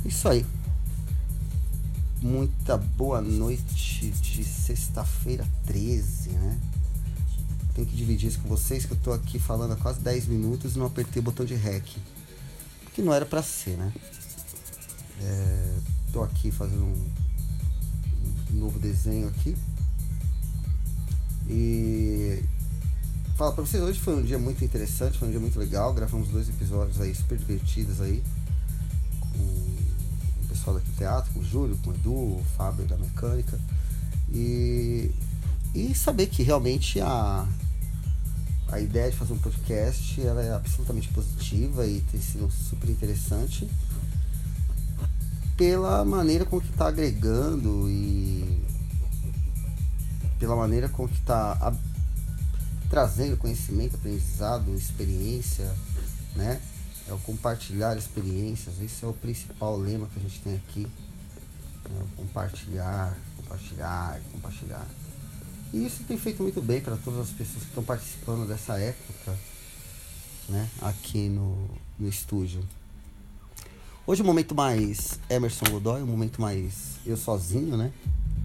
Isso aí. Muita boa noite de sexta-feira 13, né? Tenho que dividir isso com vocês, que eu tô aqui falando há quase 10 minutos e não apertei o botão de REC. Que não era pra ser, né? Tô aqui fazendo um novo desenho aqui. E fala pra vocês, hoje foi um dia muito interessante, foi um dia muito legal. Gravamos 2 episódios aí super divertidos aí com o pessoal daqui do teatro, com o Júlio, com o Edu, o Fábio da mecânica. E saber que realmente a ideia de fazer um podcast ela é absolutamente positiva e tem sido super interessante pela maneira com que está agregando e pela maneira com que está trazendo conhecimento, aprendizado, experiência, né? É o compartilhar experiências. Esse é o principal lema que a gente tem aqui, né? Compartilhar. E isso tem feito muito bem para todas as pessoas que estão participando dessa época, né? Aqui no estúdio. Hoje é um momento mais Emerson Godoy, um momento mais eu sozinho, né?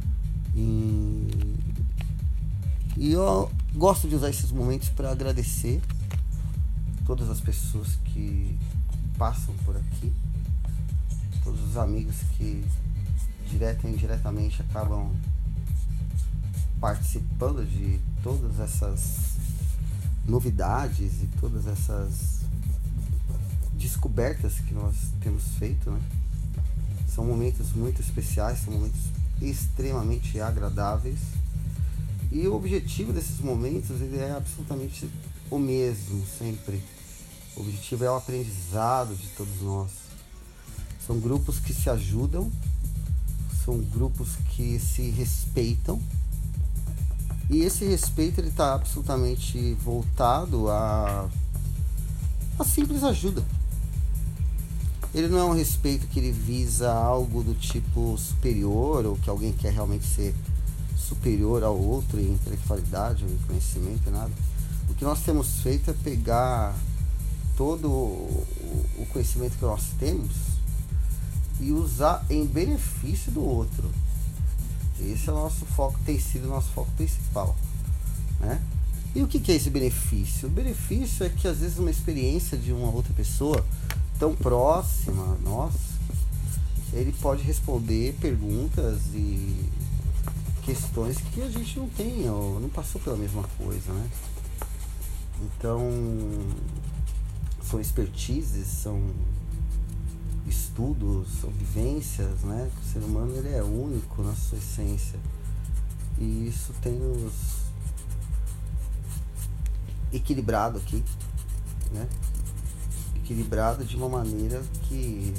E eu gosto de usar esses momentos para agradecer todas as pessoas que passam por aqui, todos os amigos que direta e indiretamente acabam participando de todas essas novidades e todas essas descobertas que nós temos feito, né? São momentos muito especiais, são momentos extremamente agradáveis e o objetivo desses momentos ele é absolutamente o mesmo sempre. O objetivo é o aprendizado de todos nós. São grupos que se ajudam, são grupos que se respeitam. E esse respeito ele está absolutamente voltado a simples ajuda. Ele não é um respeito que ele visa algo do tipo superior ou que alguém quer realmente ser superior ao outro em intelectualidade ou em conhecimento e nada. O que nós temos feito é pegar todo o conhecimento que nós temos e usar em benefício do outro. Esse é o nosso foco, tem sido o nosso foco principal, né? E o que é esse benefício? O benefício é que às vezes uma experiência de uma outra pessoa tão próxima a nós, ele pode responder perguntas e questões que a gente não tem ou não passou pela mesma coisa, né? Então, são expertises, são estudos, são vivências, né? O ser humano ele é único na sua essência e isso tem nos equilibrado aqui, né? Equilibrado de uma maneira que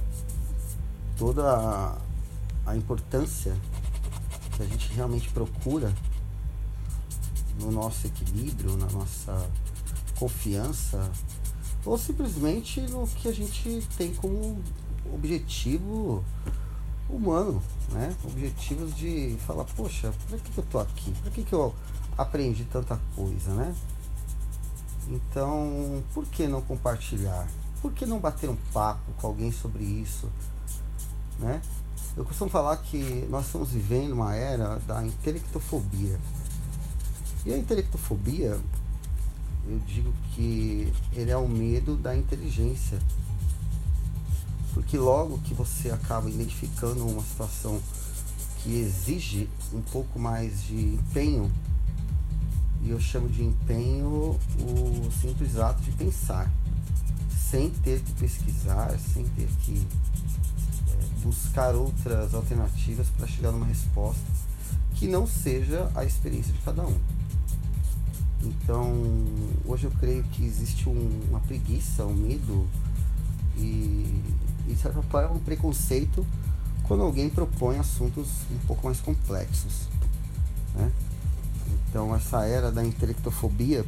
toda a importância que a gente realmente procura no nosso equilíbrio, na nossa confiança ou simplesmente no que a gente tem como objetivo humano, né? Objetivos de falar, poxa, por que eu tô aqui? Por que eu aprendi tanta coisa, né? Então, por que não compartilhar? Por que não bater um papo com alguém sobre isso, né? Eu costumo falar que nós estamos vivendo uma era da intelectofobia. E a intelectofobia, eu digo que ele é o medo da inteligência. Porque logo que você acaba identificando uma situação que exige um pouco mais de empenho, e eu chamo de empenho o simples ato de pensar, sem ter que pesquisar, sem ter que buscar outras alternativas para chegar numa resposta que não seja a experiência de cada um. Então, hoje eu creio que existe uma preguiça, um medo e de certa forma um preconceito quando alguém propõe assuntos um pouco mais complexos, né? Então, essa era da intelectofobia,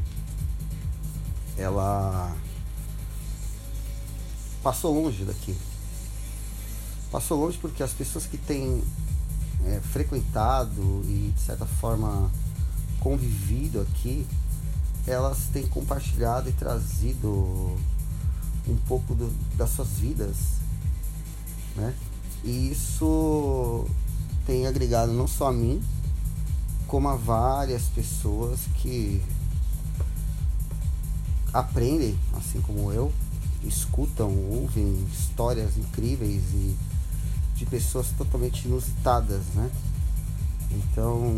ela passou longe daqui. Passou longe porque as pessoas que têm frequentado e de certa forma convivido aqui, elas têm compartilhado e trazido um pouco das suas vidas né? E isso tem agregado não só a mim, como a várias pessoas que aprendem, assim como eu, escutam, ouvem histórias incríveis e de pessoas totalmente inusitadas, né? Então,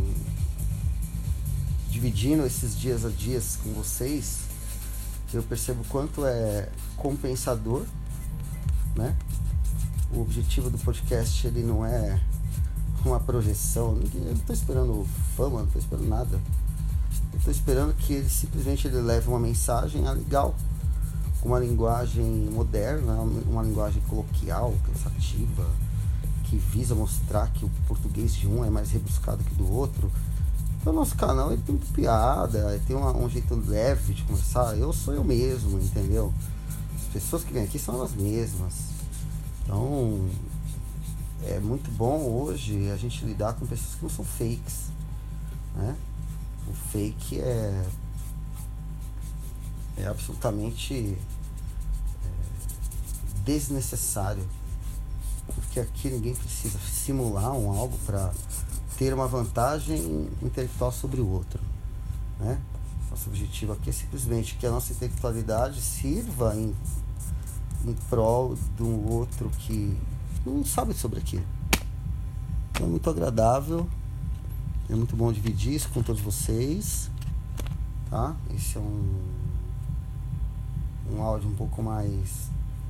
dividindo esses dias a dias com vocês, eu percebo quanto é compensador, né? O objetivo do podcast, ele não é uma projeção, eu não estou esperando fama, não estou esperando nada. Eu estou esperando que ele simplesmente leve uma mensagem legal, com uma linguagem moderna, uma linguagem coloquial, cansativa, que visa mostrar que o português de um é mais rebuscado que do outro. Então, o nosso canal ele tem muita piada, ele tem um jeito leve de conversar. Eu sou eu mesmo, entendeu? As pessoas que vêm aqui são elas mesmas. Então, é muito bom hoje a gente lidar com pessoas que não são fakes, né? O fake é absolutamente desnecessário, porque aqui ninguém precisa simular algo para ter uma vantagem intelectual sobre o outro, né? Nosso objetivo aqui é simplesmente que a nossa intelectualidade sirva em prol de um outro que não sabe sobre aquilo. Então é muito agradável, é muito bom dividir isso com todos vocês, tá? Esse é um áudio um pouco mais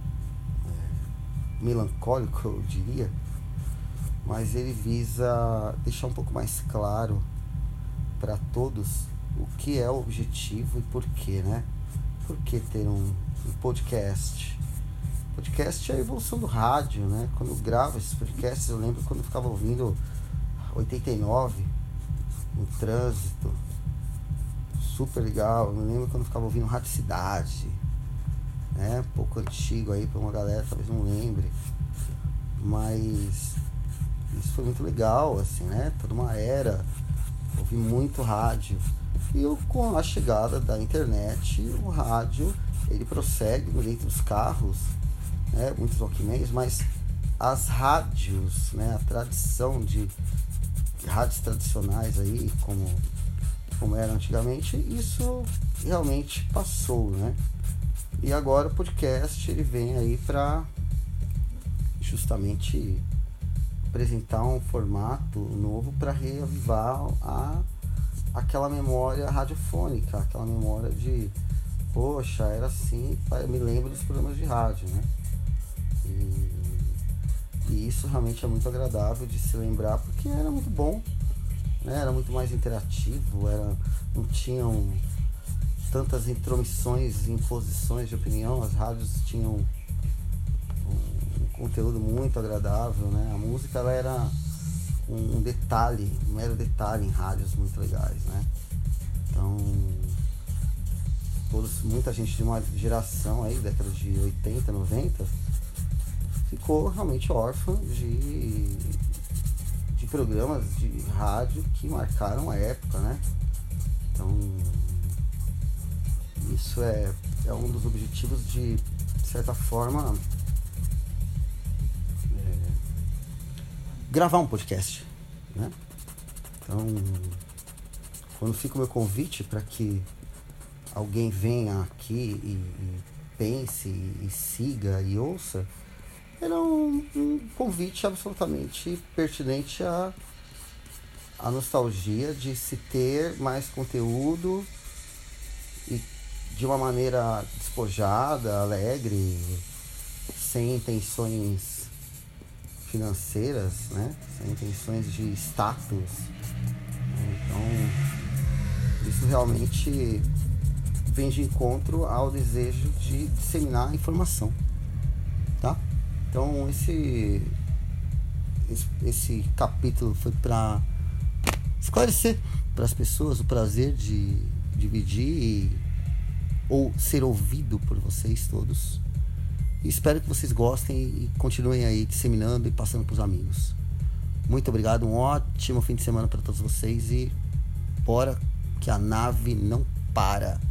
melancólico, eu diria, mas ele visa deixar um pouco mais claro para todos o que é o objetivo e por quê, né? Por que ter um podcast? Podcast é a evolução do rádio, né? Quando eu gravo esses podcasts, eu lembro quando eu ficava ouvindo 89 no trânsito, super legal. Eu lembro quando eu ficava ouvindo Rádio Cidade, né? Um pouco antigo aí para uma galera, talvez não lembre, mas isso foi muito legal, assim, né? Toda uma era, ouvi muito rádio. E com a chegada da internet, o rádio ele prossegue dentro dos carros, né? Muitos Walkmans, mas as rádios, né? A tradição de rádios tradicionais aí, como era antigamente, isso realmente passou, né? E agora o podcast ele vem aí para justamente apresentar um formato novo para reavivar aquela memória radiofônica, aquela memória de poxa, era assim, eu me lembro dos programas de rádio, né? E isso realmente é muito agradável de se lembrar, porque era muito bom, né? Era muito mais interativo, não tinham tantas intromissões e imposições de opinião. As rádios tinham um conteúdo muito agradável, né? A música ela era um detalhe, um mero detalhe em rádios muito legais, né? Então, muita gente de uma geração aí, décadas de 80, 90, ficou realmente órfã de programas de rádio que marcaram a época, né? Então, isso é um dos objetivos de certa forma, gravar um podcast, né? Então, quando fica o meu convite para que alguém venha aqui e pense e siga e ouça, era um convite absolutamente pertinente à nostalgia de se ter mais conteúdo e de uma maneira despojada, alegre, sem intenções financeiras, né? Sem intenções de status. Então, isso realmente vem de encontro ao desejo de disseminar informação, tá? Então, esse capítulo foi para esclarecer para as pessoas o prazer de dividir ou ser ouvido por vocês todos. E espero que vocês gostem e continuem aí disseminando e passando para os amigos. Muito obrigado, um ótimo fim de semana para todos vocês e bora que a nave não para.